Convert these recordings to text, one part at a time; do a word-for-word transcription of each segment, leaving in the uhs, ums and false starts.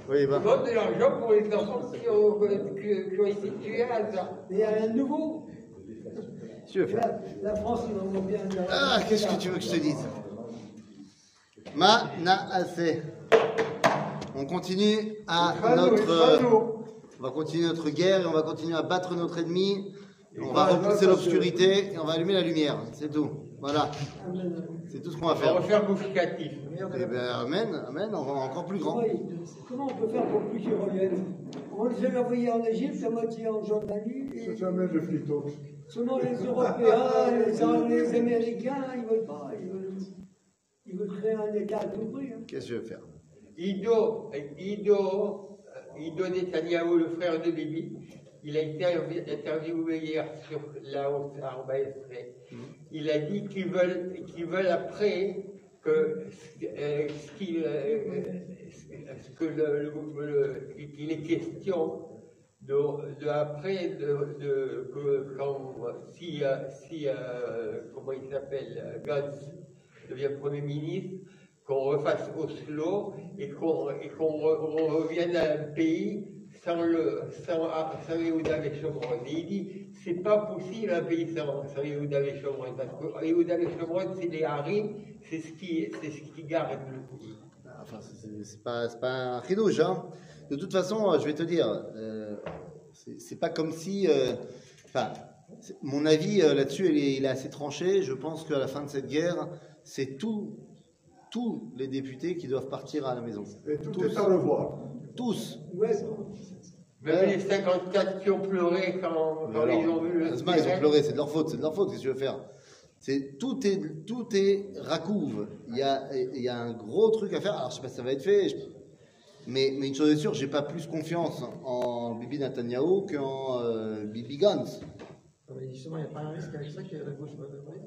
Oui, bah. Ils donnent de l'argent pour les enfants qui ont, qui, qui ont été tués à Gaza. Mais il n'y a rien de nouveau. Tu veux faire. La, la France, ils vont bien. Ah, qu'est-ce que tu veux que je te dise? Ma na assez. On continue à notre. On va continuer notre guerre et on va continuer à battre notre ennemi. On va repousser l'obscurité et on va allumer la lumière. C'est tout. Voilà. C'est tout ce qu'on va faire. On va faire modificatif. Eh bien, amen, amen, on va encore plus grand. Comment on peut faire pour plus qu'ils reviennent? On les a envoyés en Égypte, la moitié en Jordanie. C'est jamais le flito. Seulement les Européens, les, les Américains, ils ne veulent pas. Ils veulent, ils veulent créer un État à tout prix. Hein. Qu'est-ce que je veux faire? Ido, Ido, Ido Netanyahu, le frère de Bibi, il a été interviewé hier sur la haute arba Il a dit qu'ils veulent, qu'ils veulent après que, euh, qu'il, euh, que le, le, le, qu'il est question de, de après de, de que quand si, si euh, comment il s'appelle, Gantz devient Premier ministre, qu'on refasse Oslo et qu'on et qu'on re, revienne à un pays sans le sans, sans Yehuda et Shomron. Et il dit c'est pas possible un pays sans, sans Yehuda et Shomron parce que Yehuda et Shomron c'est les harim, c'est ce qui c'est ce qui garde le pays. Enfin, c'est pas c'est pas un chidouche, hein. De toute façon, je vais te dire, euh, c'est pas comme si, euh, enfin, mon avis euh, là-dessus il est, il est assez tranché. Je pense qu'à la fin de cette guerre, c'est tout. Tous les députés qui doivent partir à la maison. Et tout tous. est à revoir. Tous. Ouais, même ouais. Les cinquante-quatre qui ont pleuré quand, quand ils ont vu le. Ils ont pleuré, c'est de leur faute, c'est de leur faute, qu'est-ce que tu veux faire? C'est, tout est, tout est racouve. Il y a, il y a un gros truc à faire. Alors, je sais pas si ça va être fait, je... mais, mais une chose est sûre, j'ai pas plus confiance en Bibi Netanyahu qu'en euh, Bibi Gantz. Mais justement, il n'y a pas un risque avec ça que la gauche va devenir.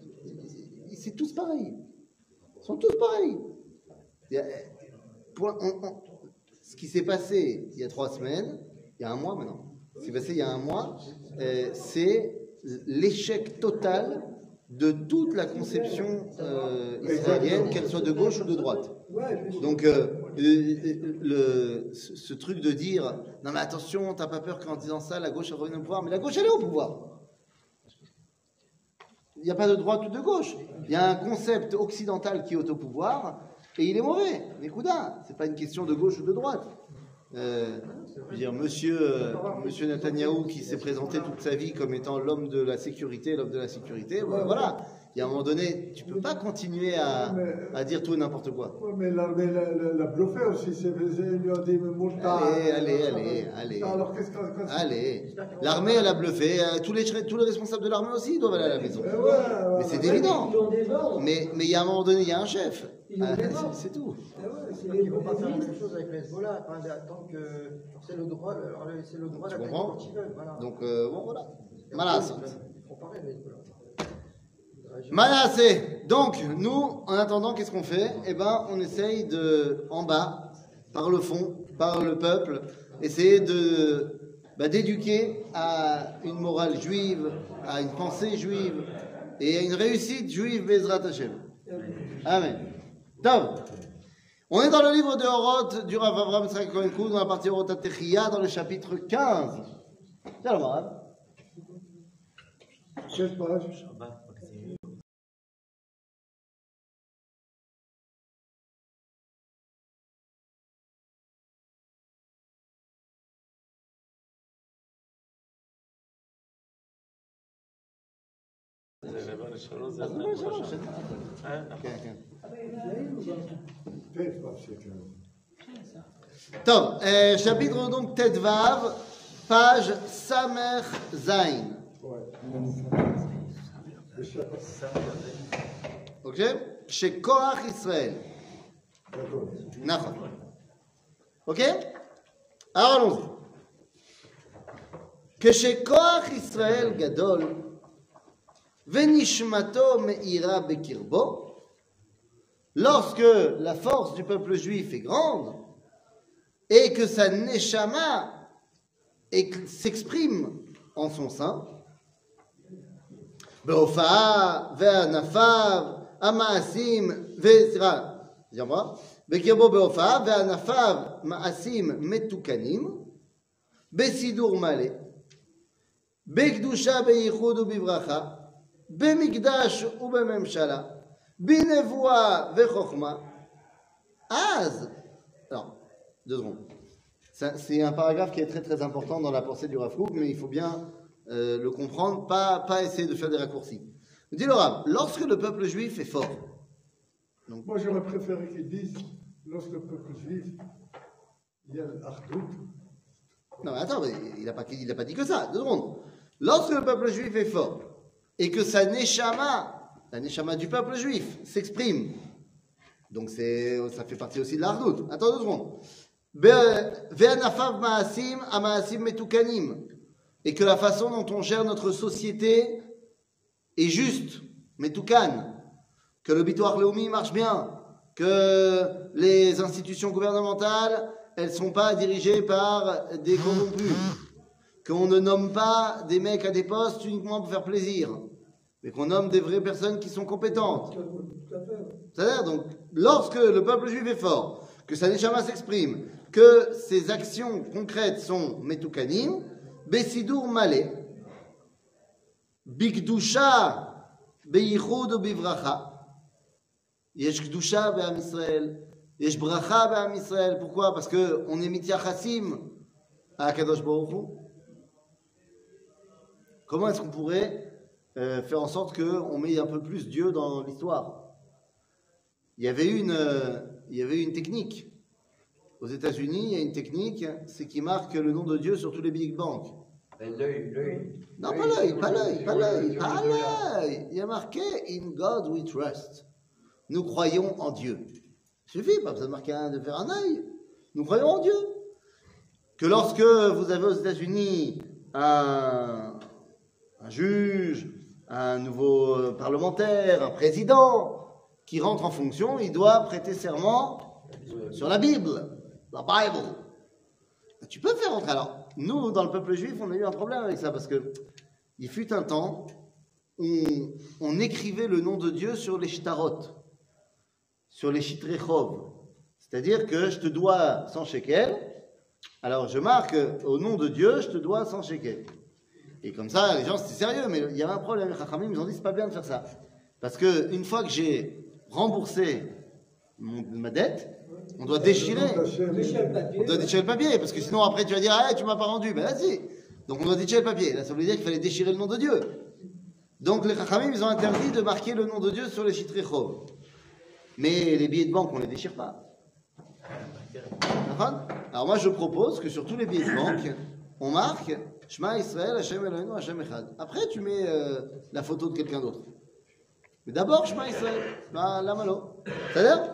C'est tous pareils. Ils sont tous pareils. Il y a, pour, on, on, ce qui s'est passé il y a trois semaines, il y a un mois maintenant, ce qui s'est passé il y a un mois, euh, c'est l'échec total de toute la conception euh, israélienne, qu'elle soit de gauche ou de droite. Donc, euh, le, le, ce, ce truc de dire « Non mais attention, t'as pas peur qu'en disant ça, la gauche revienne au pouvoir », mais la gauche elle est au pouvoir. Il n'y a pas de droite ou de gauche. Il y a un concept occidental qui est au pouvoir et il est mauvais. Nekuda, c'est pas une question de gauche ou de droite. Euh, je veux dire, monsieur, euh, monsieur Netanyahou qui s'est présenté toute sa vie comme étant l'homme de la sécurité, l'homme de la sécurité, ben, voilà. Il y a un moment donné, tu peux pas continuer à, à dire tout et n'importe quoi. Oui, mais l'armée l'a bluffé aussi. C'est, ils lui ont dit, mais allez, allez, allez, allez. Alors, qu'est-ce qu'on Allez. L'armée, elle a bluffé. Tous les, tous les responsables de l'armée aussi doivent aller à la maison. Ouais, ouais, mais c'est évident. Mais, mais il y a un moment donné, il y a un chef. Ah, c'est, c'est tout. Ils ne vont pas faire la même chose avec le Hezbollah, tant que c'est le droit, c'est le droit d'attaquer quand ils veulent. Voilà. Donc, euh, bon, voilà. Malas. Ils font pareil, le Hezbollah. Manassé. Donc, nous, en attendant, qu'est-ce qu'on fait? Eh ben, on essaye de, en bas, par le fond, par le peuple, essayer de, bah, d'éduquer à une morale juive, à une pensée juive et à une réussite juive, Bezrat Hashem. Amen. Donc, on est dans le livre de Horot du Rav Avraham Yitzhak Cohen Kouz, dans la partie Horot HaTechiyah, dans le chapitre quinze. Shalom, Rav. seize pages. טוב, chapitre donc Tetvav, page Samer Zain. Ok? Chez Koach Israël. D'accord. Ok? Alors allons-y. כשכוח ישראל גדול ונשמתו מאירה בקרבו, lorsque la force du peuple juif est grande et que sa neshama s'exprime en son sein, בהופעה וענפיו המעשים וסליחה, בקרבו בהופעה, וענפיו מעשים מתוקנים, בסידור מלא, בקדושה, בייחוד ובברכה, במקדש ובממשלה, בנבואה וחוכמה. אז, alors, deux secondes. C'est un paragraphe qui est très très important dans la pensée du Rav Kook, mais il faut bien euh, le comprendre, pas, pas essayer de faire des raccourcis. Dit le Rav, lorsque le peuple juif est fort. Donc, moi j'aurais préféré qu'ils disent, lorsque le peuple juif, il y a l'Ardout. Non mais attends, mais il n'a pas, il a pas dit que ça, deux secondes. Lorsque le peuple juif est fort, et que sa neshama, la neshama du peuple juif, s'exprime, donc c'est, ça fait partie aussi de l'Ardout. Attends deux secondes. Ve'anafav ma'asim ama'asim metukanim. Et que la façon dont on gère notre société est juste, metukan. Que le Bitoach Leumi marche bien. Que les institutions gouvernementales, elles ne sont pas dirigées par des corrompus. Qu'on ne nomme pas des mecs à des postes uniquement pour faire plaisir. Mais qu'on nomme des vraies personnes qui sont compétentes. C'est-à-dire, donc, lorsque le peuple juif est fort, que sa neshama s'exprime, que ses actions concrètes sont metukanim, besidur malé, bikdusha, beyichud ou bivracha. Yesh kdusha be'am Israël, yesh bracha be'am Israël. Pourquoi? Parce que on est mityachasim à Akadosh Baruch Hu. Comment est-ce qu'on pourrait euh, faire en sorte qu'on mette un peu plus Dieu dans l'histoire? Il y avait une, euh, il y avait une technique. Aux États-Unis, il y a une technique, c'est qui marque le nom de Dieu sur tous les big banks. L'œil, l'œil. Non, pas l'œil, pas l'œil, pas l'œil, pas l'œil. Il y a marqué In God we trust. Nous croyons en Dieu. Il suffit, pas besoin de marquer un, de faire un œil. Nous croyons en Dieu. Que lorsque vous avez aux États-Unis un, un juge, un nouveau parlementaire, un président qui rentre en fonction, il doit prêter serment sur la Bible. La Bible. Tu peux faire rentrer. Alors, nous, dans le peuple juif, on a eu un problème avec ça parce que il fut un temps où on, on écrivait le nom de Dieu sur les shtarot, sur les shitrechov. C'est-à-dire que je te dois cent shekels. Alors, je marque au nom de Dieu, je te dois cent shekels. Et comme ça, les gens, c'était sérieux, mais il y avait un problème. Les Chachamim, ils ont dit, c'est pas bien de faire ça. Parce que une fois que j'ai remboursé mon, ma dette, on doit déchirer. On doit déchirer le papier, parce que sinon après tu vas dire ah tu m'as pas rendu. Ben vas-y. Donc on doit déchirer le papier. Là ça veut dire qu'il fallait déchirer le nom de Dieu. Donc les Chachamim ils ont interdit de marquer le nom de Dieu sur les shitrechov. Mais les billets de banque on les déchire pas. Alors moi je propose que sur tous les billets de banque on marque Shema Israël Hashem Eloheinu Hashem Echad. Après tu mets euh, la photo de quelqu'un d'autre. Mais d'abord Shema Israël. Là là malo. C'est-à-dire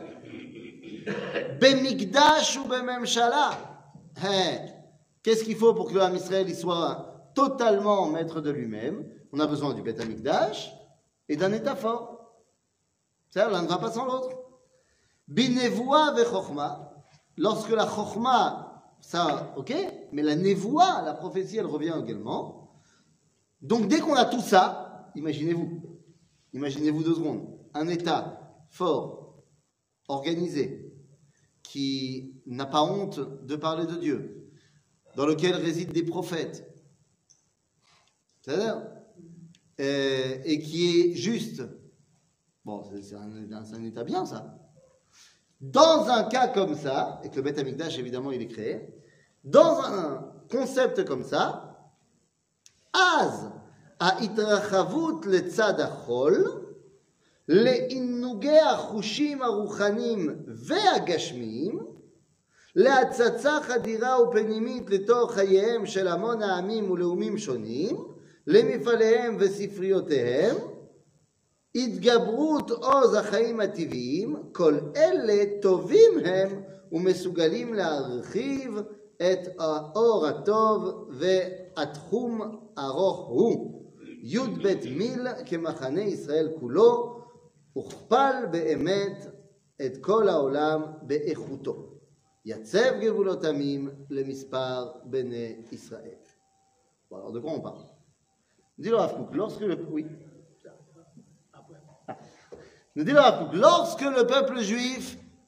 Bemikdash ou Bememshala. Qu'est-ce qu'il faut pour que l'homme Israël il soit totalement maître de lui-même? On a besoin du Beth Amikdash et d'un état fort. C'est-à-dire, l'un ne va pas sans l'autre. Binevoua vechochma. Lorsque la chochma, ça, ok, mais la nevoua, la prophétie, elle revient également. Donc, dès qu'on a tout ça, imaginez-vous, imaginez-vous deux secondes, un état fort, organisé, qui n'a pas honte de parler de Dieu, dans lequel résident des prophètes, c'est-à-dire, euh, et qui est juste. Bon, c'est un, c'est un état bien, ça. Dans un cas comme ça, et que le Beth Amikdash, évidemment, il est créé, dans un concept comme ça, Az ha'itrakhavut letzad hachol, לעינוגי החושים הרוחניים והגשמיים, להצצה חדירה ופנימית לתוך חייהם של המון העמים ולאומים שונים, למפעליהם וספריותיהם, התגברות עוז החיים הטבעיים, כל אלה טובים הם ומסוגלים להרחיב את האור הטוב והתחום ארוך הוא. י' בית מיל כמחנה ישראל כולו, וכפל באמת את כל העולם באיכותו. יצב גבולות עמים למספר בני ישראל. Bon, alors de quoi on parle? Dit le Rav Kook, lorsque le... Oui. Ah. Nous dit le Rav Kook, lorsque le peuple juif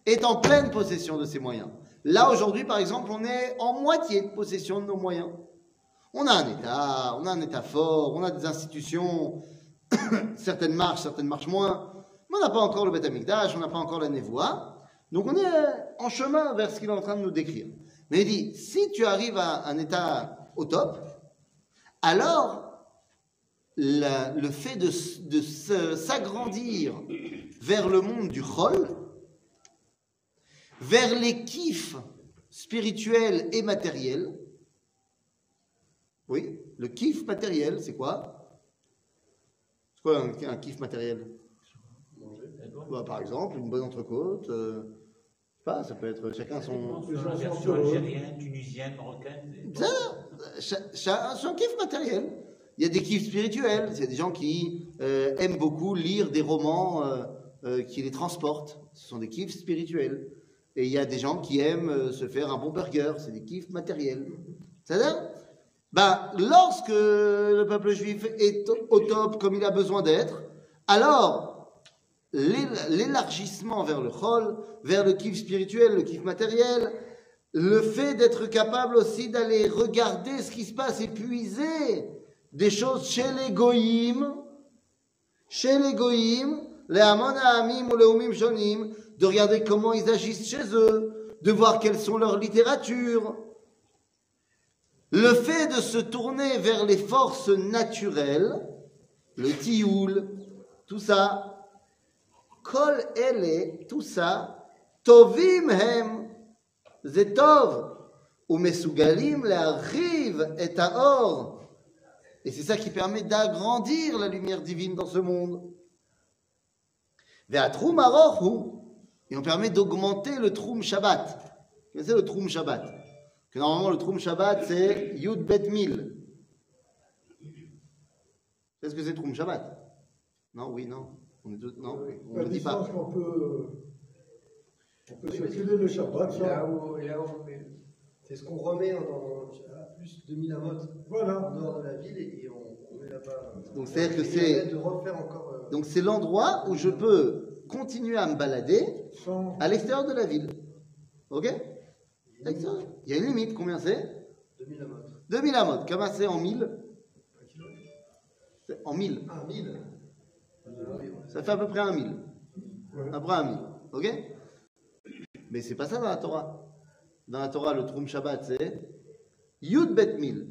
est en pleine possession de ses moyens. Là, aujourd'hui, par exemple, on est en moitié de possession de nos moyens. On a un État, on a un État fort, on a des institutions, certaines marchent, certaines marchent moins, mais on n'a pas encore le Beth Amikdash, on n'a pas encore la Névoa, donc on est en chemin vers ce qu'il est en train de nous décrire. Mais il dit, si tu arrives à un État au top, alors la, le fait de, de se, s'agrandir vers le monde du Chol, vers les kiffs spirituels et matériels. Oui, le kiff matériel, c'est quoi? C'est quoi un, un kiff matériel? Bah, par exemple, une bonne entrecôte, euh, je sais pas, ça peut être chacun son... La version algérienne, tunisienne, marocaine. C'est un kiff matériel. Il y a des kiffs spirituels, il y a des gens qui euh, aiment beaucoup lire des romans euh, euh, qui les transportent. Ce sont des kiffs spirituels. Et il y a des gens qui aiment euh, se faire un bon burger, c'est des kiffs matériels. C'est-à-dire, ben, lorsque le peuple juif est au top comme il a besoin d'être, alors l'élargissement vers le chol, vers le kiff spirituel, le kiff matériel, le fait d'être capable aussi d'aller regarder ce qui se passe et puiser des choses chez les goïms, chez les goïms, les Amon Ha'amim ou les Oumim Shonim, de regarder comment ils agissent chez eux, de voir quelles sont leurs littératures. Le fait de se tourner vers les forces naturelles, le tioul, tout ça, kol ele, tout ça, tovim hem, zetov, ou mesugalim le'arriv et haor. Et c'est ça qui permet d'agrandir la lumière divine dans ce monde. Ve'atrum arochu. Et on permet d'augmenter le Troum Shabbat. Qu'est-ce que c'est le Troum Shabbat? Que normalement, le Troum Shabbat, c'est Yud Bet Mil. Qu'est-ce que c'est Troum Shabbat? Non, oui, non. On est tous, non, on ne le dit pas. On peut, on peut circuler le Shabbat. Là où, là où c'est ce qu'on remet en, à plus de mille amot voilà. En dehors de la ville et on, on met là-bas. Donc c'est-à-dire que c'est. De refaire encore, euh... Donc c'est l'endroit où je peux continuer à me balader à l'extérieur de la ville. Ok? Il y a une limite. Combien c'est? deux mille amot. deux mille amot. Comment c'est en mille? En mille. Un mille. Ça fait à peu près un mille. À peu près un mille. Ok? Mais c'est pas ça dans la Torah. Dans la Torah, le Troum Shabbat, c'est Yud Bet Mil.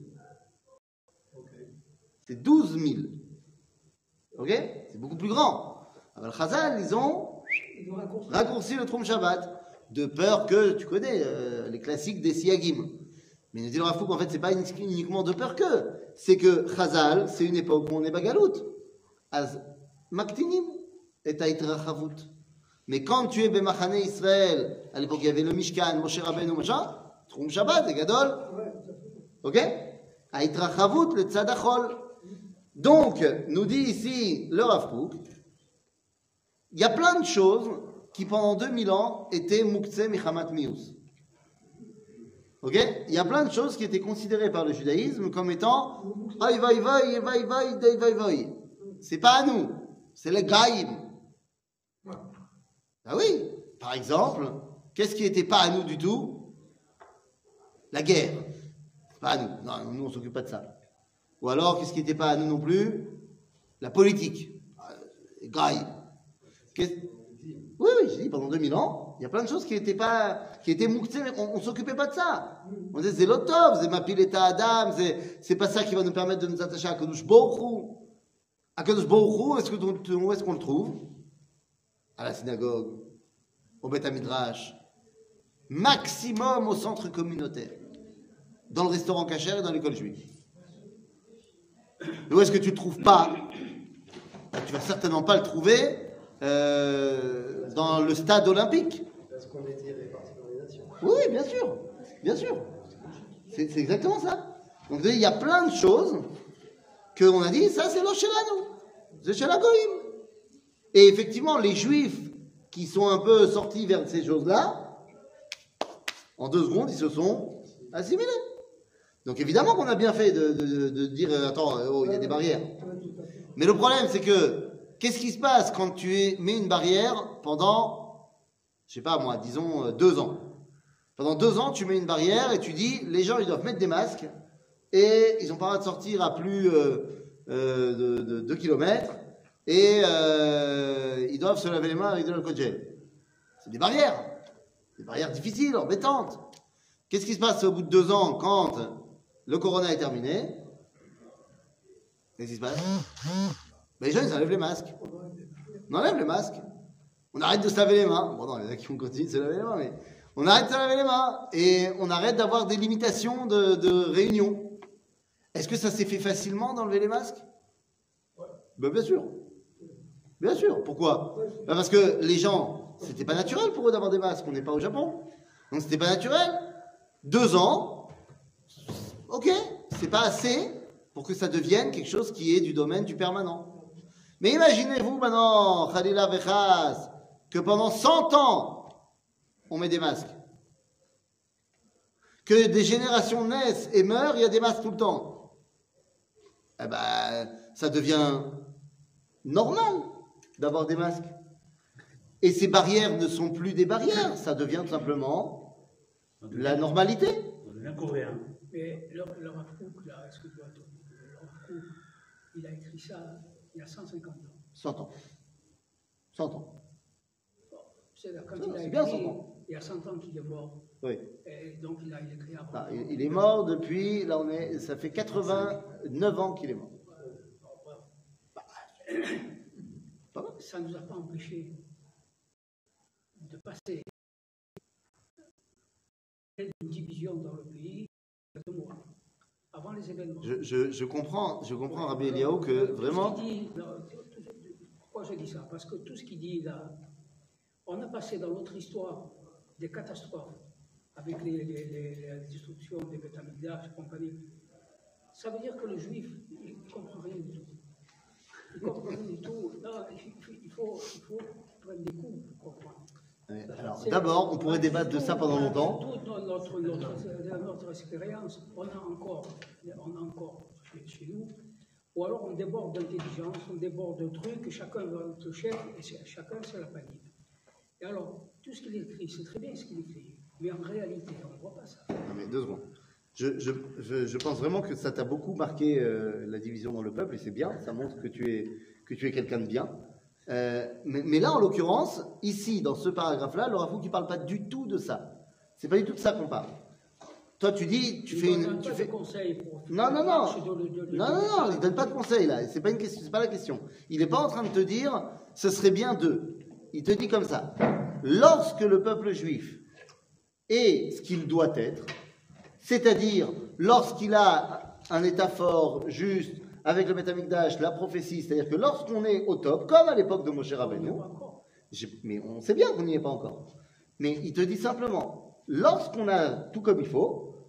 C'est douze mille. Ok? C'est beaucoup plus grand. Alors, Chazal, ils ont raccourci le Troum Shabbat, de peur que, tu connais, euh, les classiques des Siyagim. Mais nous dit le Rav Kook, en fait, c'est pas uniquement de peur que, c'est que Chazal, c'est une époque où on est bagalout. Az Maktinim et Aitrachavut. Mais quand tu es Bemachane Israël, à l'époque il y avait le Mishkan, Moshe Rabbeinu, machin, Troum Shabbat, c'est Gadol. Ok? Aitrachavut, le Tzadachol. Donc, nous dit ici le Rav Kook, il y a plein de choses qui pendant deux mille ans étaient Muktzeh Michamat Mius. Ok? Il y a plein de choses qui étaient considérées par le judaïsme comme étant Aïe, vaï, vaï, vaï, vaï, vaï, vaï, vaï. C'est pas à nous, c'est les gaïm. Ah oui, par exemple, qu'est-ce qui n'était pas à nous du tout? La guerre. C'est pas à nous. Non, nous on s'occupe pas de ça. Ou alors, qu'est-ce qui n'était pas à nous non plus? La politique. Les gaïm. Oui, oui, j'ai dit, pendant deux mille ans, il y a plein de choses qui étaient pas, qui étaient mouktées, on ne s'occupait pas de ça. On disait, c'est l'otov, c'est ma pileta Adam, c'est, c'est pas ça qui va nous permettre de nous attacher à Kadosh Baruch Hu. À Kadosh Baruch Hu, est-ce que, où est-ce qu'on le trouve? À la synagogue, au Beth Midrash, maximum au centre communautaire, dans le restaurant kasher et dans l'école juive. Et où est-ce que tu ne le trouves pas? Tu vas certainement pas le trouver Euh, dans le stade olympique. Parce qu'on était répartis dans les nations. Oui, bien sûr, bien sûr. C'est, c'est exactement ça. Donc il y a plein de choses qu'on a dit, ça c'est lo shelanu, c'est shel hagoyim. Et effectivement, les juifs qui sont un peu sortis vers ces choses-là, en deux secondes, ils se sont assimilés. Donc évidemment qu'on a bien fait de, de, de dire, attends, oh, il y a des barrières. Mais le problème, c'est que qu'est-ce qui se passe quand tu mets une barrière pendant je sais pas moi, disons euh, deux ans. Pendant deux ans, tu mets une barrière et tu dis, les gens, ils doivent mettre des masques et ils n'ont pas le droit de sortir à plus euh, euh, de, de deux kilomètres et euh, ils doivent se laver les mains avec de l'alcool gel. C'est des barrières, des barrières difficiles, embêtantes. Qu'est-ce qui se passe au bout de deux ans quand le corona est terminé? Qu'est-ce qui se passe? Ben, les gens, ils enlèvent les masques. On enlève les masques. On arrête de se laver les mains. Bon, non, il y en a qui vont continuer de se laver les mains, mais on arrête de se laver les mains et on arrête d'avoir des limitations de, de réunion. Est-ce que ça s'est fait facilement d'enlever les masques? Ben, bien sûr. Bien sûr. Pourquoi? Ben, parce que les gens, c'était pas naturel pour eux d'avoir des masques. On n'est pas au Japon. Donc, c'était pas naturel. Deux ans, ok, c'est pas assez pour que ça devienne quelque chose qui est du domaine du permanent. Mais imaginez-vous maintenant, Khalila Vechaz, que pendant cent ans, on met des masques. Que des générations naissent et meurent, il y a des masques tout le temps. Eh ben, ça devient normal d'avoir des masques. Et ces barrières ne sont plus des barrières, ça devient tout simplement la normalité. On devient coréen. Mais le, le Rav Kook, là, est-ce que tu vois, le Rav Kook, il a écrit ça il y a cent cinquante ans. cent ans. cent ans. Bon, c'est quand Ça, il a c'est écrit, bien cent ans. il y a cent ans qu'il est mort. Oui. Et donc il a, il a écrit avant. Ah, il, il est mort depuis, là on est, ça fait quatre-vingt-neuf ans qu'il est mort. Pas mal. Ça ne nous a pas empêché de passer une division dans le pays il y a deux mois, avant les événements. Je, je, je comprends, je comprends Rabbi Eliaou que vraiment. Tout ce qu'il dit, non, tout- tout- pourquoi je dis ça? Parce que tout ce qu'il dit là, on a passé dans notre histoire des catastrophes avec les, les, les, les destructions des Beth Amikdash et compagnie. Ça veut dire que le juif, il ne comprend rien du tout. Il ne comprend rien du tout. Non, il, faut, il, faut, il faut prendre des coups pour comprendre. Ouais, alors C'est- d'abord, on pourrait débattre de ça pendant longtemps. Toute notre, notre, notre expérience, on a encore, on a encore chez, chez nous, ou alors on déborde d'intelligence, on déborde de trucs, et chacun veut être chef, et c'est- chacun c'est la panique. Et alors, tout ce qu'il écrit, c'est très bien ce qu'il écrit, mais en réalité, on ne voit pas ça. Non, mais deux secondes. Je, je, je, je pense vraiment que ça t'a beaucoup marqué euh, la division dans le peuple, et c'est bien, ça montre que tu es, que tu es quelqu'un de bien. Euh, mais, mais là, en l'occurrence, ici, dans ce paragraphe-là, le Rav Kook, il ne parle pas du tout de ça. C'est pas du tout de ça qu'on parle. Toi, tu dis, tu Il fais donne une. pas Tu de fais... conseils pour- Non, non, non. marche de- de- de- Non, non, non, il donne pas de conseils là. C'est pas une question, c'est pas la question. Il n'est pas en train de te dire, ce serait bien d'eux. Il te dit comme ça. Lorsque le peuple juif est ce qu'il doit être, c'est-à-dire lorsqu'il a un état fort, juste, avec le Beth Amikdash, la prophétie, c'est-à-dire que lorsqu'on est au top, comme à l'époque de Moshe Rabbeinu, j'ai- mais on sait bien qu'on n'y est pas encore. Mais il te dit simplement, lorsqu'on a tout comme il faut,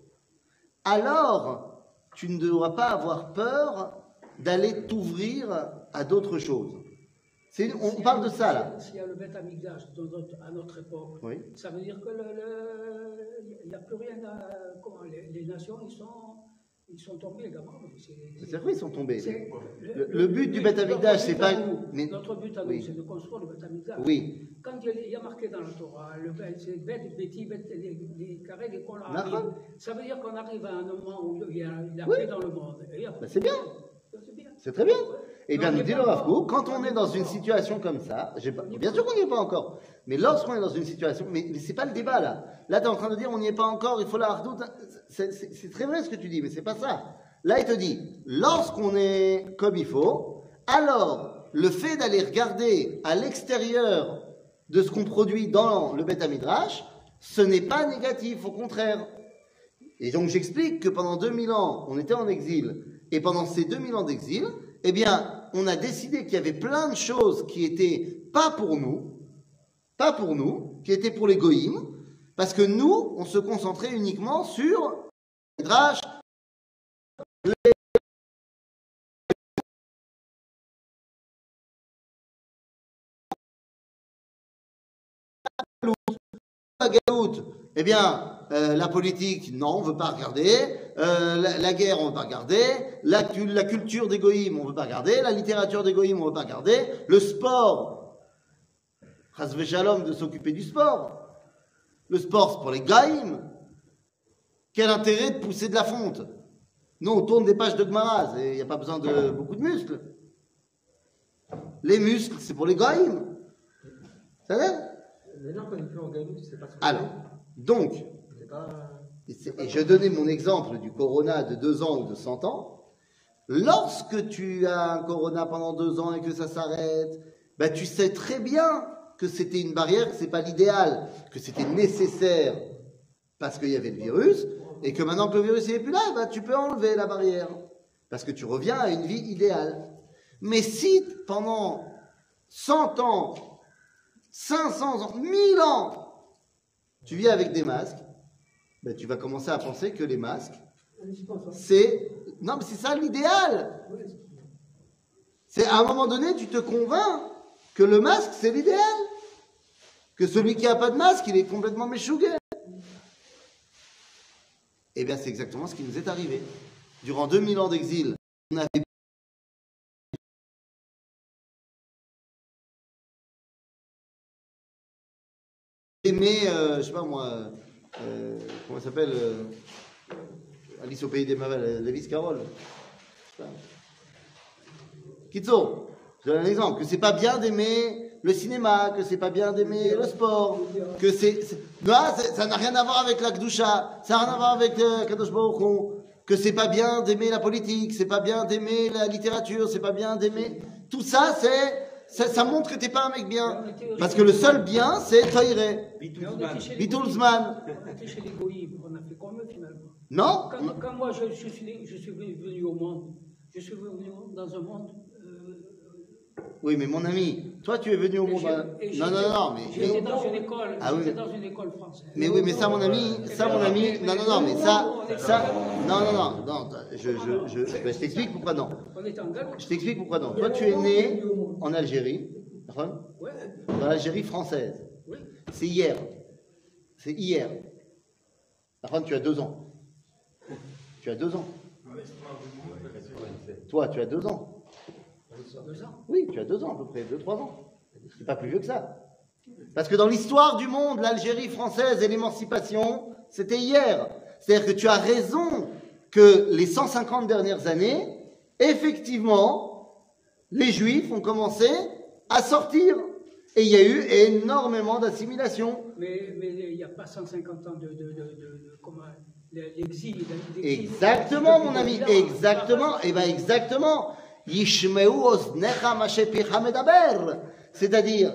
alors tu ne devras pas avoir peur d'aller t'ouvrir à d'autres choses. C'est- on S'il y parle a- de ça là. S'il y a le Beth Amikdash dans notre- à notre époque, Oui. ça veut dire que le- le- il n'y a plus rien à. Comment, les, les nations, ils sont, ils sont tombés également. C'est- C'est vrai, ils sont tombés. c'est- Le- le but du Beth Amikdash, notre c'est but pas- à nous, mais- Notre but à nous, Oui. c'est de construire le Beth Amikdash. Oui. Quand il y, a, il y a marqué dans la Torah, le Beth, c'est Beth, Betty, Beth, les, les carrés des cols D'accord. arrivent. Ça veut dire qu'on arrive à un moment où il y a la Oui. paix dans le monde. Et il y a- Ben, c'est bien. C'est bien. C'est très bien. Eh Non, bien, on nous n'y dit est le pas Rav Kook, encore. quand on On est n'y dans est pas une encore. situation comme ça, j'ai pas, On n'y est bien pas sûr qu'on n'y est pas encore, mais lorsqu'on est dans une situation, mais, mais c'est pas le débat là. Là, tu es en train de dire on n'y est pas encore, il faut la hardoute. C'est c'est- c'est très vrai ce que tu dis, mais c'est pas ça. Là, il te dit, lorsqu'on est comme il faut, alors le fait d'aller regarder à l'extérieur de ce qu'on produit dans le Beth Midrash, ce n'est pas négatif, au contraire. Et donc j'explique que pendant deux mille ans, on était en exil, et pendant ces deux mille ans d'exil, eh bien, on a décidé qu'il y avait plein de choses qui étaient pas pour nous, pas pour nous, qui étaient pour les goïms, parce que nous, on se concentrait uniquement sur les draches, les la galoute. Eh bien, euh, la politique, non, on ne veut pas regarder. Euh, la, la guerre, on ne veut pas regarder. La, cul- la culture des goïms, on ne veut pas regarder. La littérature des goïms, on ne veut pas regarder. Le sport, chas v'shalom, de s'occuper du sport. Le sport, c'est pour les gaïms. Quel intérêt de pousser de la fonte? Nous, on tourne des pages de Gmaraz et il n'y a pas besoin de beaucoup de muscles. Les muscles, c'est pour les gaïms. Ça va? Mais non, quand il fait en gagne, c'est pas ce que Alors, donc, c'est pas. et, c'est- et je donnais mon exemple du corona de deux ans ou de cent ans. Lorsque tu as un corona pendant deux ans et que ça s'arrête, ben tu sais très bien que c'était une barrière, que c'est pas l'idéal, que c'était nécessaire parce qu'il y avait le virus, et que maintenant que le virus n'est plus là, ben tu peux enlever la barrière. Parce que tu reviens à une vie idéale. Mais si pendant cent ans, cinq cents ans, mille ans, tu vis avec des masques, ben tu vas commencer à penser que les masques, c'est... Non, mais c'est ça l'idéal. C'est à un moment donné, tu te convaincs que le masque, c'est l'idéal. Que celui qui n'a pas de masque, il est complètement méchougué. Eh bien, c'est exactement ce qui nous est arrivé. Durant deux mille ans d'exil, on avait aimé, euh, je sais pas moi, euh, comment ça s'appelle euh, Alice au pays des merveilles, Lewis Carroll. Je sais pas. Kitso, je donne un exemple, que c'est pas bien d'aimer le cinéma, que c'est pas bien d'aimer le sport, que c'est... c'est- Non, c'est- ça n'a rien à voir avec la Gdusha, ça n'a rien à voir avec euh, Kadosh Baruch Hu, que c'est pas bien d'aimer la politique, c'est pas bien d'aimer la littérature, c'est pas bien d'aimer... Tout ça, c'est... Ça, ça montre que t'es pas un mec bien. Parce que le seul bien, c'est Toiré. Mais on était chez les Bitulzman. goïms. On était chez les goïms. On a fait comme eux finalement. Non Quand, quand moi je, je suis, je suis venu au monde, je suis venu dans un monde. euh, Oui, mais mon ami, toi tu es venu au et monde... j'ai- et Non, j'étais- non, non, non, mais... J'étais mais- dans une école. Ah oui, J'étais mais- dans une école française. Mais oui, mais ça, mon ami, ça, mon ami, non, non, non, mais ça, ça, non, non, non, non, je, je, je, je, ben, je t'explique pourquoi non. On était en galop. Je t'explique pourquoi non. Toi, tu es né en Algérie, d'accord, Ouais, dans l'Algérie française. oui. C'est hier. C'est hier. D'accord, tu as deux ans. Tu as deux ans. Toi, tu as deux ans. Deux ans. Oui, tu as deux ans à peu près, deux, trois ans. C'est pas plus vieux que ça. Parce que dans l'histoire du monde, l'Algérie française et l'émancipation, c'était hier. C'est-à-dire que tu as raison que les cent cinquante dernières années, effectivement, les Juifs ont commencé à sortir. Et il y a eu énormément d'assimilation. Mais mais il n'y a pas cent cinquante ans de, de, de, de, de comment, l'exil. l'exil- Exactement, mon ami, l'exil- exactement. Et bien, exactement. Yishmeu oznecha ma shepicha medaber. C'est-à-dire,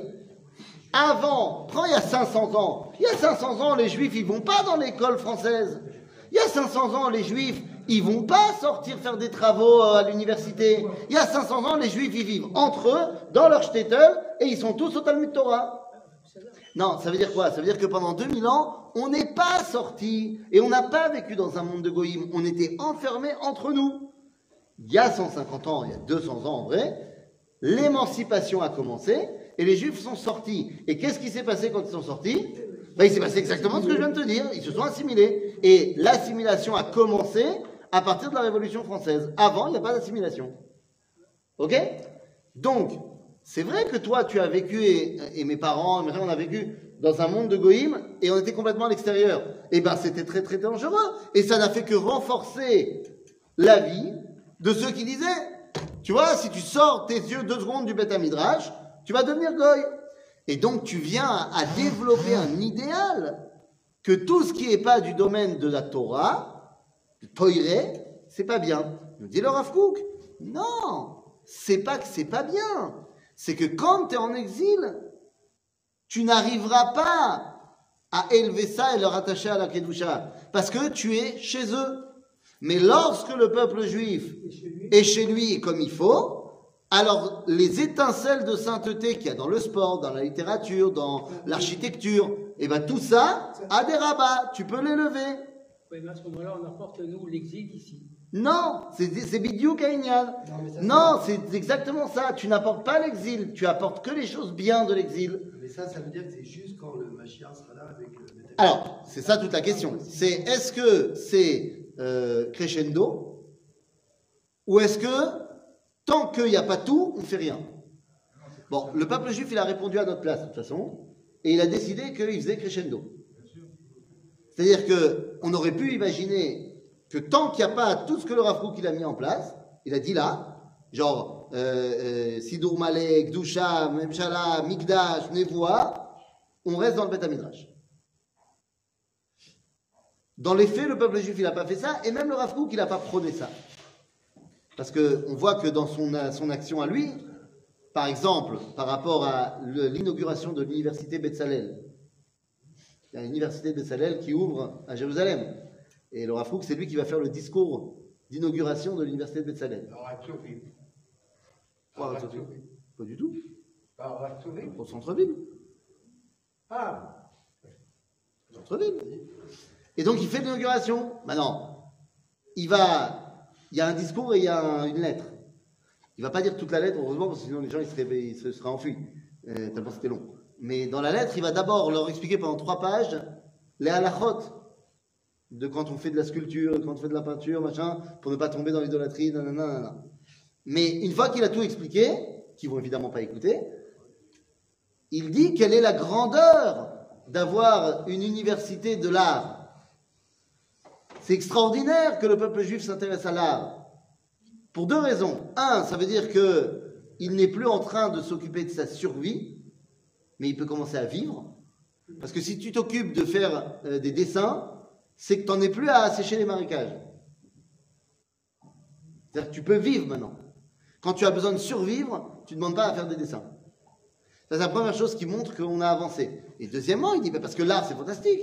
avant, prends il y a cinq cents ans. Il y a cinq cents ans, les Juifs, ils vont pas dans l'école française. Il y a cinq cents ans, les Juifs, ils vont pas sortir faire des travaux euh, à l'université. Il y a cinq cents ans, les Juifs, ils vivent entre eux, dans leur shtetl, et ils sont tous au Talmud Torah. Non, ça veut dire quoi? Ça veut dire que pendant deux mille ans, on n'est pas sortis, et on n'a pas vécu dans un monde de goïm. On était enfermés entre nous. Il y a cent cinquante ans, il y a deux cents ans en vrai, l'émancipation a commencé, et les Juifs sont sortis. Et qu'est-ce qui s'est passé quand ils sont sortis? Ben, il s'est passé exactement ce que je viens de te dire. Ils se sont assimilés. Et l'assimilation a commencé à partir de la Révolution française. Avant, il n'y a pas d'assimilation. Ok? Donc, c'est vrai que toi, tu as vécu, et, et mes parents, et mes frères, on a vécu dans un monde de goïm, et on était complètement à l'extérieur. Et ben, c'était très, très dangereux. Et ça n'a fait que renforcer la vie de ceux qui disaient, tu vois, si tu sors tes yeux deux secondes du Beth Midrash, tu vas devenir goy. Et donc, tu viens à développer un idéal que tout ce qui n'est pas du domaine de la Torah, de Toiré, c'est pas bien. Nous dit le Rav Kook. Non, c'est pas que c'est pas bien. C'est que quand tu es en exil, tu n'arriveras pas à élever ça et le rattacher à la Kedusha. Parce que tu es chez eux. Mais lorsque le peuple juif est chez lui comme il faut, alors les étincelles de sainteté qu'il y a dans le sport, dans la littérature, dans l'architecture, et ben tout ça a des rabats, tu peux l'élever. Oui, mais à ce moment-là, on apporte, nous, l'exil ici. Non, c'est c'est Bidyou Kainyan. Non, c'est exactement ça. Tu n'apportes pas l'exil, tu apportes que les choses bien de l'exil. Mais ça, ça veut dire que c'est juste quand le Mashiach sera là avec le Beth Alors, c'est ça toute la question. C'est est-ce que c'est euh, crescendo ou est-ce que tant qu'il n'y a pas tout, on ne fait rien? Bon, le peuple juif, il a répondu à notre place, de toute façon, et il a décidé qu'il faisait crescendo. C'est-à-dire qu'on aurait pu imaginer que tant qu'il n'y a pas tout ce que le Rav Kook il a mis en place, il a dit là, genre euh, euh, Sidur Malek, Gdusha, Memshala, Mikdash, Nevoa, on reste dans le Beth Midrash. Dans les faits, le peuple juif, il n'a pas fait ça, et même le Rav Kook, il n'a pas prôné ça. Parce qu'on voit que dans son, son action à lui, par exemple, par rapport à l'inauguration de l'université Betzalel, il y a l'université Betzalel qui ouvre à Jérusalem. Et le Rav Kook, c'est lui qui va faire le discours d'inauguration de l'université de Betzalel. Pas du tout. Au centre-ville. Ah, Centre-ville. Et donc il fait l'inauguration. Maintenant, il va, il y a un discours et il y a un- une lettre. Il va pas dire toute la lettre, heureusement, parce que sinon les gens ils seraient, ils se seraient enfuis. Euh, tellement c'était long. Mais dans la lettre, il va d'abord leur expliquer pendant trois pages les halachot de quand on fait de la sculpture, quand on fait de la peinture, machin, pour ne pas tomber dans l'idolâtrie, nanana, nanana. Mais une fois qu'il a tout expliqué, qu'ils vont évidemment pas écouter, il dit quelle est la grandeur d'avoir une université de l'art. C'est extraordinaire que le peuple juif s'intéresse à l'art. Pour deux raisons. Un, ça veut dire que il n'est plus en train de s'occuper de sa survie, mais il peut commencer à vivre. Parce que si tu t'occupes de faire euh, des dessins, c'est que tu n'en es plus à assécher les marécages. C'est-à-dire que tu peux vivre maintenant. Quand tu as besoin de survivre, tu ne demandes pas à faire des dessins. Ça, c'est la première chose qui montre qu'on a avancé. Et deuxièmement, il dit, bah, parce que l'art, c'est fantastique.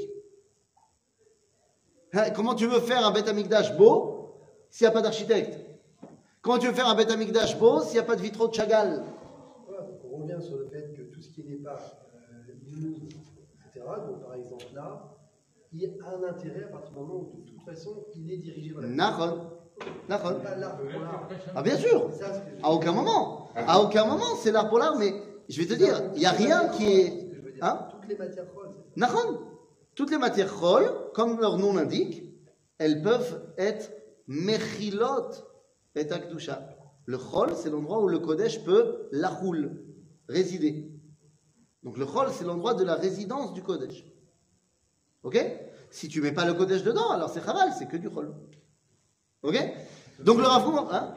Hein, comment tu veux faire un Beth Amikdash beau s'il n'y a pas d'architecte? Comment tu veux faire un Beth Amikdash beau s'il n'y a pas de vitraux de Chagall? voilà, donc on revient sur le fait que tout ce qui n'est pas euh, news, et cetera, donc par exemple là, il a un intérêt à partir du moment où de toute façon il est dirigé vers la Nahon. Nahon. pas l'art pour l'art. Ah, bien sûr. C'est ça ce que je- À aucun moment. À aucun moment, c'est l'art pour l'art, mais je vais te dire, il n'y a rien qui est. Ce que je veux dire, Hein? toutes les matières chroles, c'est- Nahon. Toutes les matières chol, comme leur nom l'indique, elles peuvent être mechilot et akdusha. Le chol, c'est l'endroit où le kodesh peut lachoul, résider. Donc le chol, c'est l'endroit de la résidence du kodesh. Ok? Si tu mets pas le kodesh dedans, alors c'est chaval, c'est que du chol. Ok? Donc le Rav Kook, hein?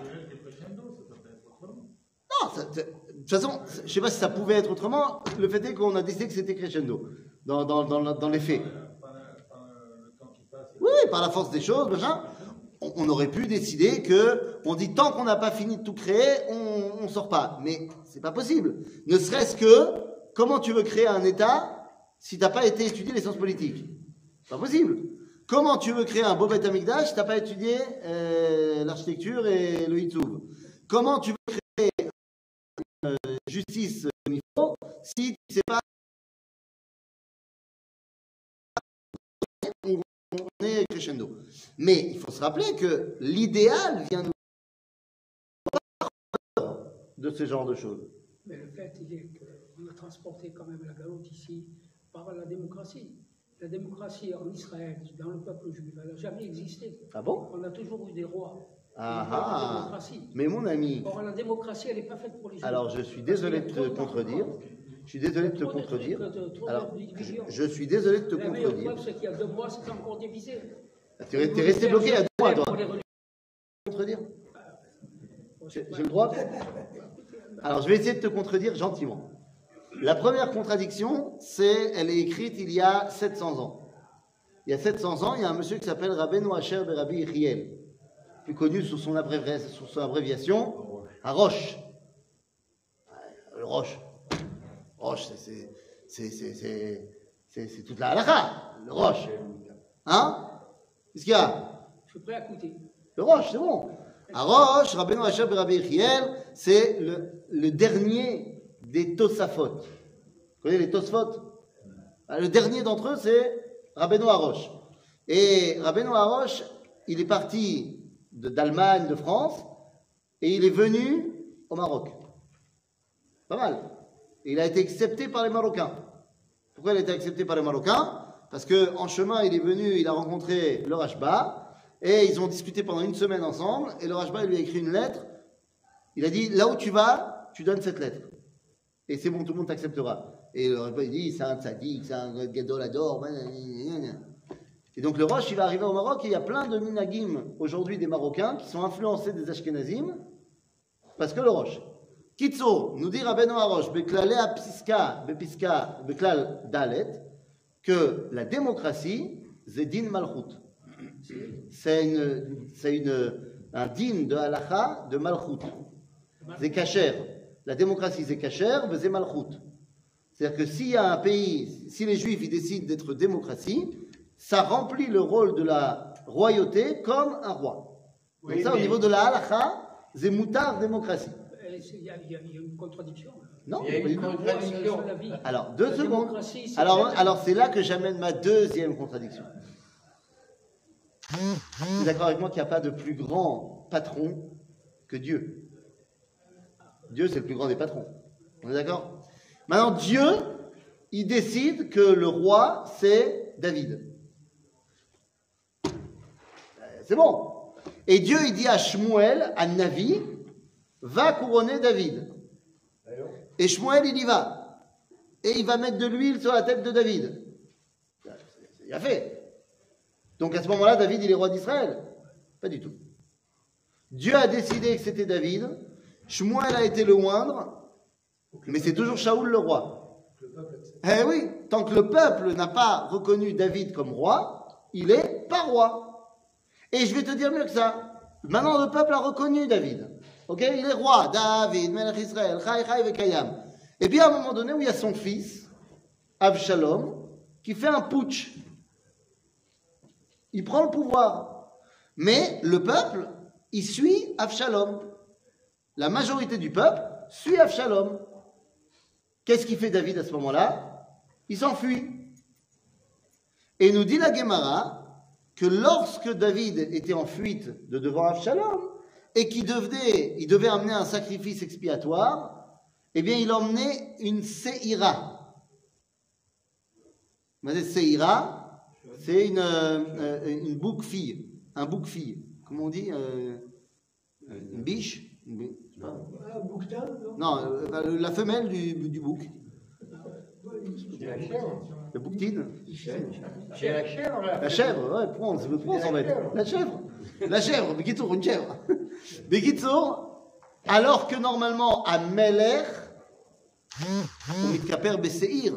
Non, ça- ça- de toute façon, je ne sais pas si ça pouvait être autrement. Le fait est qu'on a décidé que c'était crescendo, dans, dans, dans, dans les faits. Oui, oui, par la force des choses, machin. On, on aurait pu décider que, on dit tant qu'on n'a pas fini de tout créer, on ne sort pas. Mais c'est pas possible. Ne serait-ce que, comment tu veux créer un État si tu n'as pas été étudier les sciences politiques? C'est pas possible. Comment tu veux créer un beau Beth Amikdash si tu n'as pas étudié euh, l'architecture et le Hitouv? Comment tu veux créer euh, justice au niveau si tu ne sais pas on, on est crescendo? Mais il faut se rappeler que l'idéal vient nous de ce genre de choses. Mais le fait, il est qu'on a transporté quand même la galoute ici par la démocratie. La démocratie en Israël, dans le peuple juif, elle n'a jamais existé. Ah bon? On a toujours eu des rois. Ah On a pas de ah. démocratie. Mais mon ami, Or, la démocratie, elle n'est pas faite pour les juifs. alors je suis Parce désolé qu'il de y a te trop contredire. d'argent. Je suis désolé de te Trop de contredire. trucs, de- trop de Alors, je, divisions. je suis désolé de te La meilleure contredire. preuve, c'est qu'il y a deux mois, c'était encore divisé. Tu es resté bloqué à deux mois, toi. Pour les religions. Contredire? J'ai j'ai le droit? Alors, je vais essayer de te contredire gentiment. La première contradiction, c'est, elle est écrite il y a sept cents ans. Il y a sept cents ans, il y a un monsieur qui s'appelle Rabbeinu Asher Berabi Yehiel, plus connu sous son, abrévi- sous son abréviation, Harosh. Le Roche. Roche, c'est- c'est- c'est c'est- c'est- c'est- c'est toute la halakha, le Roche. Hein? Qu'est-ce qu'il y a? Je suis prêt à écouter. Le Roche, c'est bon. Harosh, Rabbeinu Asher Berabi Yehiel, c'est le, le dernier des Tosafot. Vous connaissez les Tosfot? Le dernier d'entre eux, c'est Rabbeinu Harosh. Et Rabbeinu Harosh, il est parti de- d'Allemagne, de France, et il est venu au Maroc. Pas mal. Et il a été accepté par les Marocains. Pourquoi il a été accepté par les Marocains? Parce qu'en chemin, il est venu, il a rencontré le Rashba, et ils ont discuté pendant une semaine ensemble, et le Rashba il lui a écrit une lettre. Il a dit, là où tu vas, tu donnes cette lettre. et c'est bon, tout le monde t'acceptera. Et le roi, il dit, c'est un tzaddik, c'est un gadolador. Et donc le Rosh, il va arriver au Maroc, et il y a plein de minagim, aujourd'hui des Marocains, qui sont influencés des Ashkenazim, parce que le Rosh. Kitso, nous dit Rabbeinu Harosh, Beklale Piska, Bepiska, Beklal Dalet, que la démocratie, c'est din malchut. C'est une, c'est une, un din de halacha de malchut. C'est kasher. La démocratie, c'est kasher, mais c'est malchut. C'est-à-dire que s'il y a un pays, si les Juifs ils décident d'être démocratie, ça remplit le rôle de la royauté comme un roi. Donc oui, ça, mais... au niveau de la halacha, c'est moutar démocratie. Il y, a, il y a une contradiction. Non, il y a une contradiction. Alors, deux secondes. Alors, alors c'est là que j'amène ma deuxième contradiction. Tu es d'accord avec moi qu'il n'y a pas de plus grand patron que Dieu? Dieu, c'est le plus grand des patrons. On est d'accord? Maintenant, Dieu, il décide que le roi, c'est David. C'est bon. Et Dieu, il dit à Shmuel, à Navi, va couronner David. Et Shmuel, il y va. Et il va mettre de l'huile sur la tête de David. Il a fait. Donc à ce moment-là, David, il est roi d'Israël? Pas du tout. Dieu a décidé que c'était David. Shmuel a été le moindre. Mais c'est toujours Shaoul le roi. Eh oui, tant que le peuple n'a pas reconnu David comme roi, il est pas roi. Et je vais te dire mieux que ça. Maintenant, le peuple a reconnu David. Ok, il est roi, David, Melech Israël, Chai Chai Vekayam. Et puis à un moment donné où il y a son fils, Avshalom, qui fait un putsch. Il prend le pouvoir. Mais le peuple, il suit Avshalom. La majorité du peuple suit Avshalom. Qu'est-ce qu'il fait David à ce moment-là? Il s'enfuit. Et nous dit la Gemara que lorsque David était en fuite de devant Avshalom, et qu'il devait, il devait amener un sacrifice expiatoire, eh bien, il emmenait une séhira. Vous savez, séhira, c'est une, euh, une bouc-fille. Un bouc-fille. Comment on dit euh, Une biche une, Un bouquetin, non? Non, euh, la femelle du, du bouc. La chèvre. La bouquetine. C'est la chèvre. La chèvre, ouais, prends, le prends, en fait. La chèvre. La chèvre, Bekitsour, une chèvre. Bekitsour, alors que normalement, à Meler, on est kaper beseir,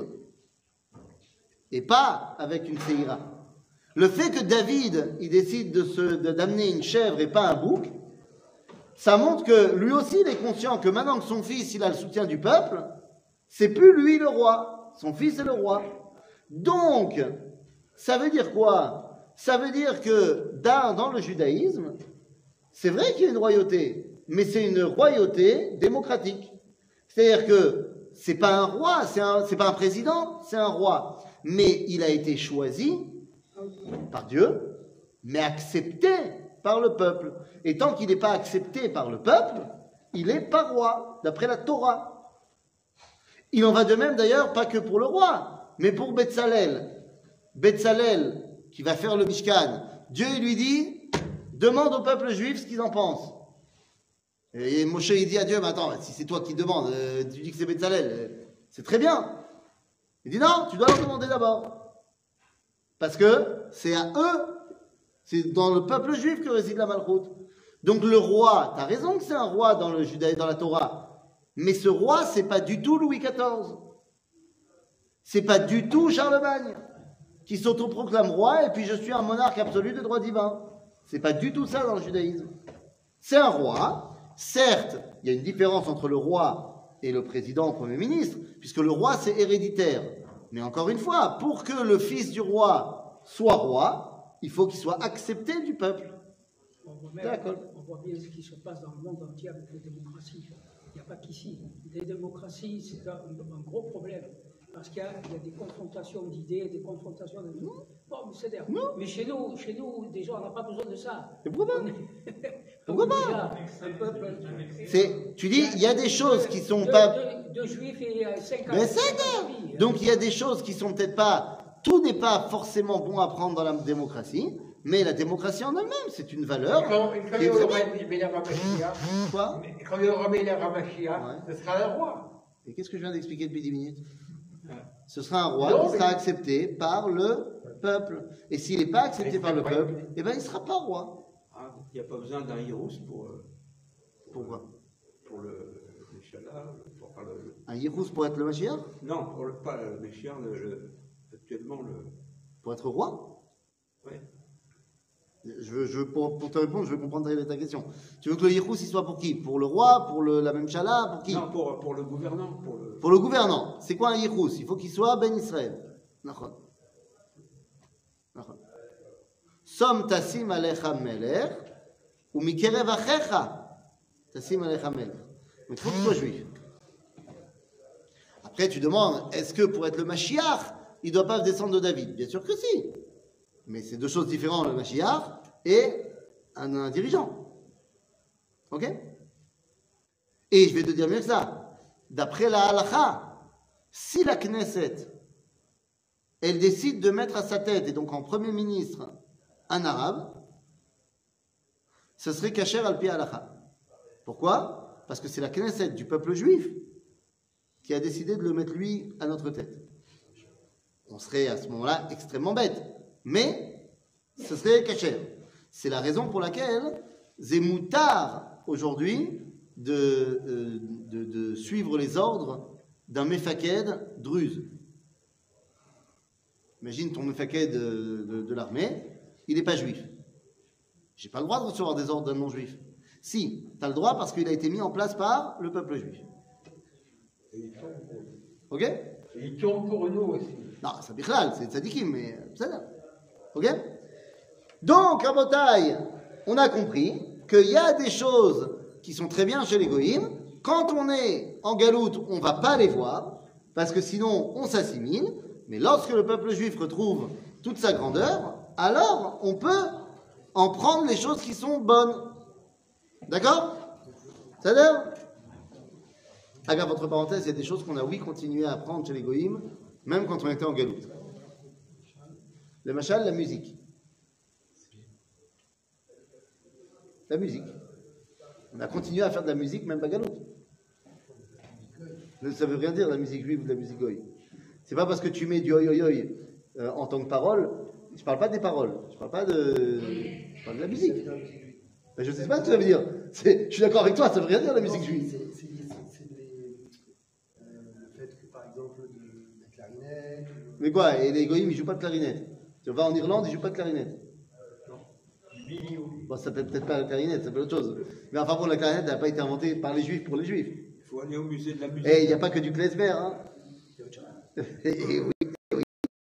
et pas avec une seira. Le fait que David, il décide de se, de, d'amener une chèvre et pas un bouc, ça montre que lui aussi, il est conscient que maintenant que son fils, il a le soutien du peuple, c'est plus lui le roi, son fils est le roi. Donc, ça veut dire quoi? Ça veut dire que dans, dans le judaïsme, c'est vrai qu'il y a une royauté, mais c'est une royauté démocratique. C'est-à-dire que c'est pas un roi, c'est un, c'est pas un président, c'est un roi. Mais il a été choisi par Dieu, mais accepté par le peuple. Et tant qu'il n'est pas accepté par le peuple, il n'est pas roi, d'après la Torah. Il en va de même d'ailleurs, pas que pour le roi, mais pour Betzalel. Betzalel, qui va faire le Mishkan, Dieu il lui dit, demande au peuple juif ce qu'ils en pensent. Et Moshe il dit à Dieu, mais attends, si c'est toi qui demandes, euh, tu dis que c'est Betzalel, euh, c'est très bien. Il dit non, tu dois leur demander d'abord. Parce que c'est à eux, c'est dans le peuple juif que réside la Malchoute. Donc le roi, tu as raison que c'est un roi dans le judaïsme, dans la Torah, mais ce roi, c'est pas du tout Louis quatorze. C'est pas du tout Charlemagne, qui s'autoproclame roi et puis je suis un monarque absolu de droit divin. C'est pas du tout ça dans le judaïsme. C'est un roi. Certes, il y a une différence entre le roi et le président, le premier ministre, puisque le roi c'est héréditaire. Mais encore une fois, pour que le fils du roi soit roi, il faut qu'il soit accepté du peuple. On voit, même, on voit bien ce qui se passe dans le monde entier avec les démocraties. Il n'y a pas qu'ici. Les démocraties, c'est un, un gros problème. Parce qu'il y, y a des confrontations d'idées, des confrontations de tout. Bon, mais c'est d'ailleurs. Mais chez nous, chez nous, déjà, on n'a pas besoin de ça. Et pourquoi pas? Pourquoi pas? Un peuple. C'est, tu dis, il y a des choses qui sont deux, pas. Deux, deux juifs et cinq. Mais c'est donc il y a des choses qui sont peut-être pas. Tout n'est pas forcément bon à prendre dans la démocratie, mais la démocratie en elle-même, c'est une valeur. Quand, quand il y aura Béla Ramachia, Quoi? quand il y aura Béla Ramachia, Ouais. ce sera un roi. Et qu'est-ce que je viens d'expliquer depuis dix minutes? Ce sera un roi qui sera accepté par le peuple. Et s'il n'est pas accepté par le peuple, eh ben, il ne sera pas roi. Ah, il n'y a pas besoin d'un Hirous pour, euh, Pourquoi? pour le, le Shala, pour, pour le, Un Yirous pour être le Mashiach? non, pour le, pas le Meshiach, le, le, actuellement le... Pour être roi? Ouais. Je veux, je veux pour, pour te répondre, je veux comprendre ta question. Tu veux que le Yirous il soit pour qui? Pour le roi? Pour le, la même Shala? Pour qui? Non, pour, pour le gouvernant. Pour le, Pour le gouvernant. C'est quoi un Yirous? Il faut qu'il soit Ben Israël. Nachon. Nachon. Som tasim alecha melech, ou mikerev achecha tasim alecha melech. Donc il faut qu'il soit juif. Après tu demandes, est-ce que pour être le Mashiach, il ne doit pas descendre de David? Bien sûr que si. Mais c'est deux choses différentes, le Mashiach et un, un dirigeant. Ok? Et je vais te dire mieux que ça. D'après la halakha, si la Knesset, elle décide de mettre à sa tête, et donc en premier ministre, un arabe, ce serait kasher al pi halakha. Pourquoi? Parce que c'est la Knesset du peuple juif qui a décidé de le mettre lui à notre tête. On serait à ce moment-là extrêmement bête. Mais ce serait kasher. C'est la raison pour laquelle c'est moutard aujourd'hui de, euh, de, de suivre les ordres d'un mefaked druze. Imagine ton mefaked de, de, de l'armée, il n'est pas juif. J'ai pas le droit de recevoir des ordres d'un non-juif. Si, tu as le droit parce qu'il a été mis en place par le peuple juif. Ok? Il tourne pour nous aussi. Non, c'est bichlal, c'est tzadikim, mais c'est ça. Ok? Donc, Rabotai, on a compris qu'il y a des choses qui sont très bien chez les goïms. Quand on est en galoute, on ne va pas les voir, parce que sinon, on s'assimile. Mais lorsque le peuple juif retrouve toute sa grandeur, alors on peut en prendre les choses qui sont bonnes. D'accord? Ça a l'air? Regarde, votre parenthèse, il y a des choses qu'on a, oui, continué à apprendre chez les goïms, même quand on était en galoute. Le machal, la musique. La musique. On a continué à faire de la musique, même pas galoute. Ça veut rien dire, la musique juive ou de la musique goï. C'est pas parce que tu mets du oi oi oi euh, en tant que parole, je parle pas des paroles, je parle pas de, je parle de la musique. Mais je sais pas ce que ça veut dire. C'est, je suis d'accord avec toi, ça veut rien dire la musique juive. C'est, c'est, c'est, c'est les, euh, le fait que, par exemple, de, la clarinette. Mais quoi, et les goïms, ils jouent pas de clarinette. Tu vas en Irlande, ils jouent pas de clarinette. Bon, ça s'appelle peut-être pas la clarinette, ça s'appelle autre chose. Mais enfin bon, la clarinette n'a pas été inventée par les juifs pour les juifs. il faut aller au musée de la musique. Et il n'y a pas que du klezmer, hein. Et, et oui, oui.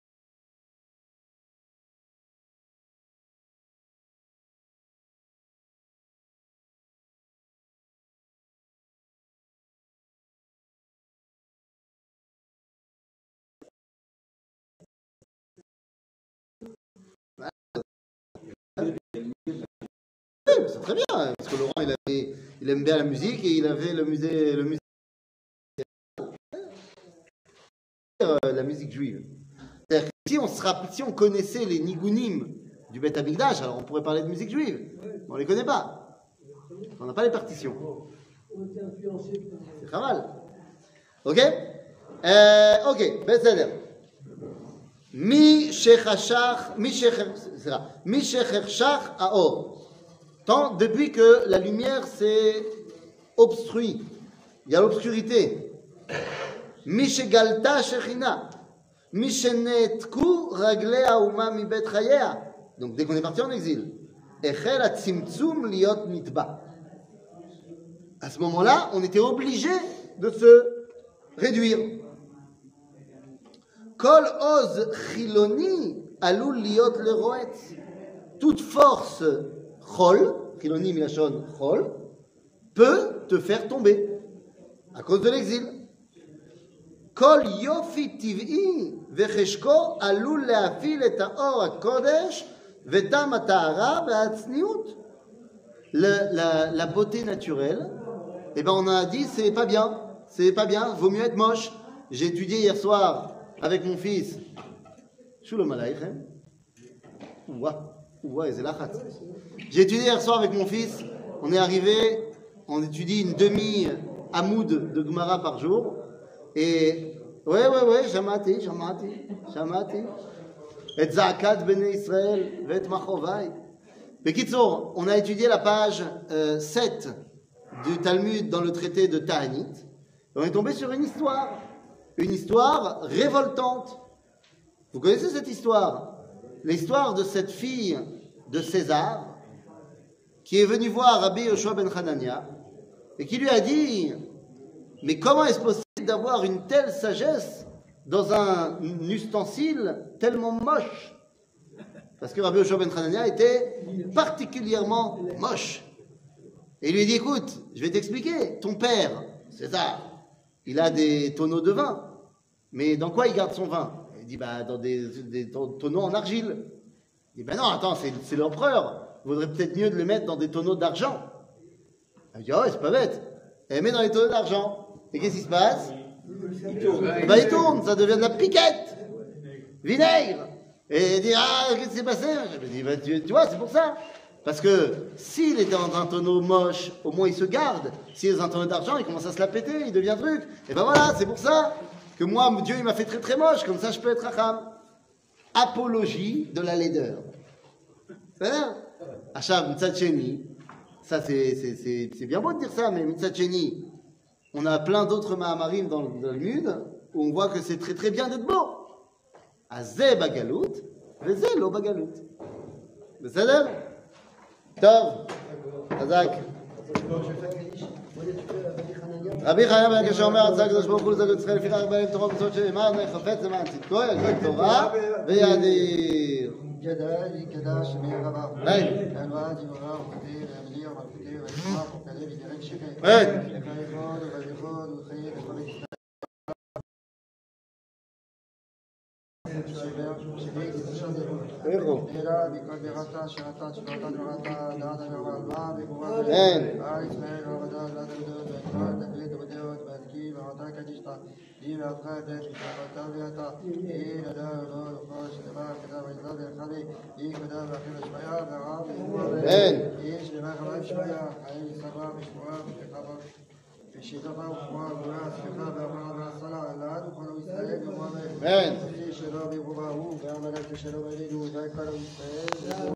C'est très bien, parce que Laurent, il, avait, il aime bien la musique et il avait le musée, le musée euh, la musique juive. C'est-à-dire que si on, sera, si on connaissait les nigunim du Beth Amikdash, alors on pourrait parler de musique juive. Mais on ne les connaît pas. On n'a pas les partitions. C'est pas mal. Ok euh, Ok, Besséder. Mi shechashach, mi shechershach aor. Tant depuis que la lumière s'est obstruée, il y a l'obscurité. Mishegalta shechina, mishenetku raglei hauma mi bet chayea. Donc dès qu'on est parti en exil, echel atzimtzum liot nitba. À ce moment-là, on était obligé de se réduire. Kol oz chiloni alul liot leroet. Toute force chol, chiloni milachon chol, peut te faire tomber à cause de l'exil. Kol yofi tiv'i vecheshko alul leafil et haor hakodesh vetam hatahara vehatzniut. La la beauté naturelle, eh ben on a dit c'est pas bien, c'est pas bien, vaut mieux être moche. J'ai étudié hier soir avec mon fils. Shalom aleichem. Ouah, ouah, et c'est la khat. J'ai étudié hier soir avec mon fils. On est arrivé, on étudie une demi-hamoud de Gemara par jour. Et, ouais, ouais, ouais, Shamati, Shamati, Shamati. Et Zakat Bnei Israël, Vet Machovai. Bekitsour, on a étudié la page euh, sept du Talmud dans le traité de Ta'anit. On est tombé sur une histoire, une histoire révoltante. Vous connaissez cette histoire? L'histoire de cette fille de César qui est venue voir Rabbi Yoshua ben Hanania et qui lui a dit: mais comment est-ce possible d'avoir une telle sagesse dans un ustensile tellement moche? Parce que Rabbi Yoshua ben Hanania était particulièrement moche. Et il lui dit: écoute, je vais t'expliquer. Ton père, César, il a des tonneaux de vin. Mais dans quoi il garde son vin? Il dit: bah, dans des, des tonneaux en argile. Il dit: ben non, attends, c'est, c'est l'empereur. Il vaudrait peut-être mieux de le mettre dans des tonneaux d'argent. Il dit: oh, c'est pas bête. Elle met dans les tonneaux d'argent. Et qu'est-ce qui se passe? Il tourne. Et ben, il tourne, ça devient de la piquette. Vinaigre. Et il dit: ah, qu'est-ce qui s'est passé? Je lui dis: ben, tu, tu vois, c'est pour ça. Parce que s'il est dans un tonneau moche, au moins il se garde. S'il est dans un tonneau d'argent, il commence à se la péter, il devient truc. Et ben voilà, c'est pour ça que moi, Dieu, il m'a fait très très moche. Comme ça, je peux être racham. Apologie de la laideur. C'est bien. Achav, Mitzatcheni, ça c'est, c'est, c'est, c'est bien beau de dire ça, mais Mitzatcheni, on a plein d'autres Mahamarim dans le Talmud où on voit que c'est très très bien d'être beau. Azeh bagalout, vezeh lo bagalout. בסדר? טוב, חזק. רבי חנניה בן עקשיא אומר: רצה הקדוש ברוך הוא לזכות ישראל לפיכך בהם תורות ומצוות שנאמר: חפץ למען צדקו יגדיל תורה ויאדיר. גדל יקדש וירבה. אלוהה דברה וכתיר וימליר וכתיר וישמח וכתיר וידרג שכם. וכיכון ובליכון וחיי וחבית ישראל. איכו? אלא בכל בירתה שירתה תפילתה דברתה דעת ורבה וגבורה על ישראל ועבדה ולת עבדות ואתמר תקליט עבדות וענקי ועמתה קדישתה די ועדך ידש ושמחתה ויתה אי נדע ולא לכל שדבר כתב וידע ויחדי אי כתב ואחיו השמיה והרב וגבורה אי שלמה חמיים שמיה חיים יסבה ושמורה ושכבה ושיטתה וחמורה גבולה סליחה ואמרה והסלה אלעד וכל ישראל וגבורה שלו בגבורה הוא ועמלת שלו בלינו וכל ישראל